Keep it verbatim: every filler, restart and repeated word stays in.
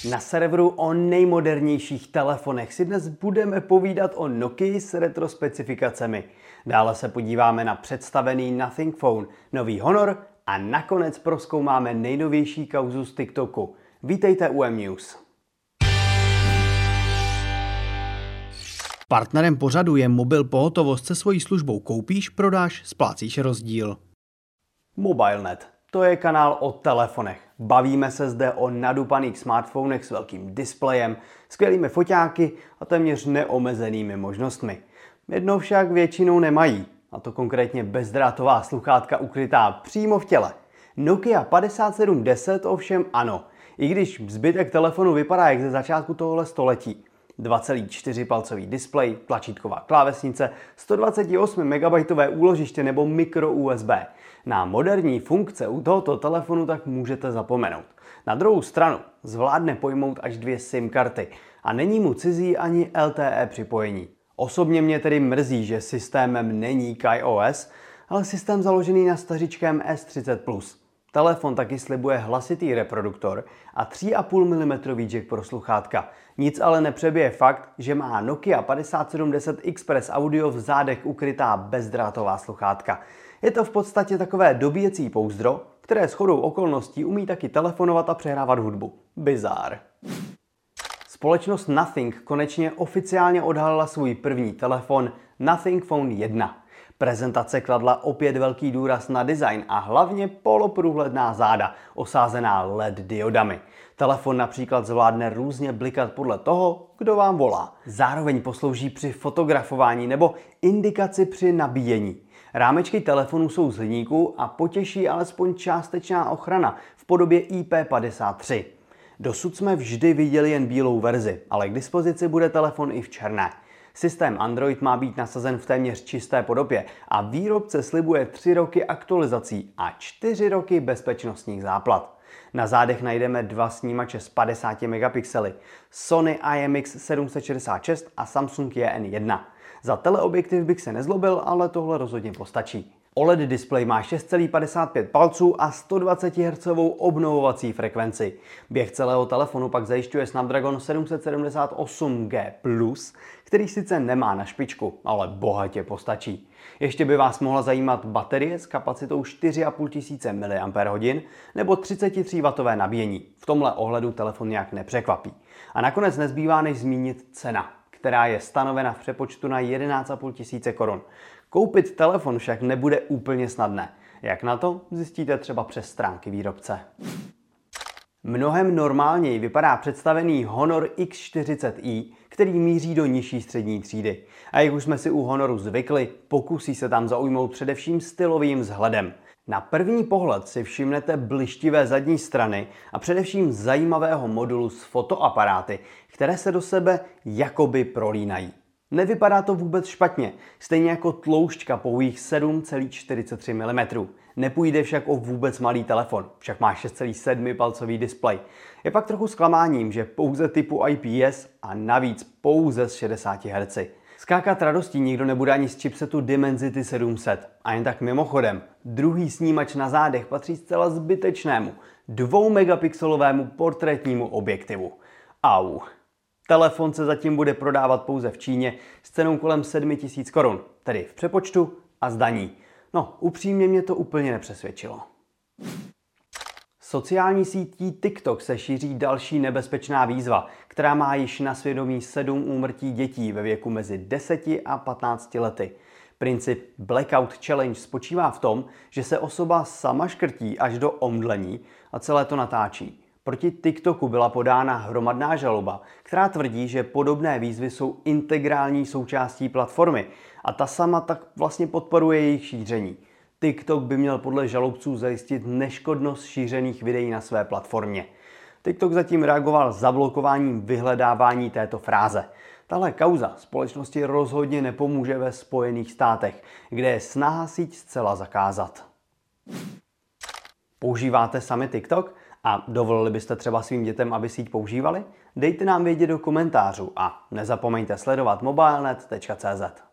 Na serveru o nejmodernějších telefonech si dnes budeme povídat o Nokii s retro specifikacemi. Dále se podíváme na představený Nothing Phone, nový Honor a nakonec prozkoumáme nejnovější kauzu z TikToku. Vítejte u M News. Partnerem pořadu je Mobil Pohotovost se svojí službou koupíš, prodáš, splácíš rozdíl. MobileNet. To je kanál o telefonech. Bavíme se zde o nadupaných smartfonech s velkým displejem, skvělými foťáky a téměř neomezenými možnostmi. Jedno však většinou nemají, a to konkrétně bezdrátová sluchátka ukrytá přímo v těle. Nokia padesát sedm deset ovšem ano, i když zbytek telefonu vypadá jak ze začátku tohohle století. dva celá čtyři palcový displej, tlačítková klávesnice, sto dvacet osm megabajtové úložiště nebo micro U S B. Na moderní funkce u tohoto telefonu tak můžete zapomenout. Na druhou stranu zvládne pojmout až dvě SIM karty a není mu cizí ani L T E připojení. Osobně mě tedy mrzí, že systémem není KaiOS, ale systém založený na stařičkém S třicet plus. Telefon taky slibuje hlasitý reproduktor a tři a půl milimetru jack pro sluchátka. Nic ale nepřebije fakt, že má Nokia padesát sedm deset Express Audio v zádech ukrytá bezdrátová sluchátka. Je to v podstatě takové dobíjecí pouzdro, které shodou okolností umí taky telefonovat a přehrávat hudbu. Bizár. Společnost Nothing konečně oficiálně odhalila svůj první telefon Nothing Phone jedna. Prezentace kladla opět velký důraz na design a hlavně poloprůhledná záda, osázená L E D diodami. Telefon například zvládne různě blikat podle toho, kdo vám volá. Zároveň poslouží při fotografování nebo indikaci při nabíjení. Rámečky telefonu jsou z hliníku a potěší alespoň částečná ochrana v podobě I P padesát tři. Dosud jsme vždy viděli jen bílou verzi, ale k dispozici bude telefon i v černé. Systém Android má být nasazen v téměř čisté podobě a výrobce slibuje tři roky aktualizací a čtyři roky bezpečnostních záplat. Na zádech najdeme dva snímače s padesáti megapixely, Sony I M X sedm set šedesát šest a Samsung J N jedna. Za teleobjektiv bych se nezlobil, ale tohle rozhodně postačí. O L E D displej má šest celá padesát pět palců a sto dvacet hertzů obnovovací frekvenci. Běh celého telefonu pak zajišťuje Snapdragon sedm set sedmdesát osm G plus, který sice nemá na špičku, ale bohatě postačí. Ještě by vás mohla zajímat baterie s kapacitou čtyři a půl tisíce miliampérhodin nebo třicet tři wattové nabíjení. V tomhle ohledu telefon nějak nepřekvapí. A nakonec nezbývá než zmínit cena, která je stanovena v přepočtu na jedenáct a půl tisíce korun. Koupit telefon však nebude úplně snadné. Jak na to, zjistíte třeba přes stránky výrobce. Mnohem normálněji vypadá představený Honor X čtyřicet i, který míří do nižší střední třídy. A jak už jsme si u Honoru zvykli, pokusí se tam zaujmout především stylovým vzhledem. Na první pohled si všimnete blištivé zadní strany a především zajímavého modulu s fotoaparáty, které se do sebe jakoby prolínají. Nevypadá to vůbec špatně, stejně jako tloušťka pouhých sedm celá čtyřicet tři milimetrů. Nepůjde však o vůbec malý telefon, však má šest celá sedm palcový displej. Je pak trochu zklamáním, že pouze typu I P S a navíc pouze s šedesáti hertzy. Skákat radostí nikdo nebude ani z chipsetu Dimensity sedm set. A jen tak mimochodem, druhý snímač na zádech patří zcela zbytečnému, dvou megapixelovému portrétnímu objektivu. Au. Telefon se zatím bude prodávat pouze v Číně s cenou kolem sedm tisíc korun, tedy v přepočtu a zdaní. No, upřímně mě to úplně nepřesvědčilo. Sociální sítí TikTok se šíří další nebezpečná výzva, která má již na svědomí sedm úmrtí dětí ve věku mezi deseti a patnácti lety. Princip Blackout Challenge spočívá v tom, že se osoba sama škrtí až do omdlení a celé to natáčí. Proti TikToku byla podána hromadná žaloba, která tvrdí, že podobné výzvy jsou integrální součástí platformy a ta sama tak vlastně podporuje jejich šíření. TikTok by měl podle žalobců zajistit neškodnost šířených videí na své platformě. TikTok zatím reagoval zablokováním vyhledávání této fráze. Tahle kauza společnosti rozhodně nepomůže ve Spojených státech, kde je snaha síť zcela zakázat. Používáte sami TikTok? A dovolili byste třeba svým dětem, aby síť používali? Dejte nám vědět do komentářů a nezapomeňte sledovat mobilenet tečka cé zet.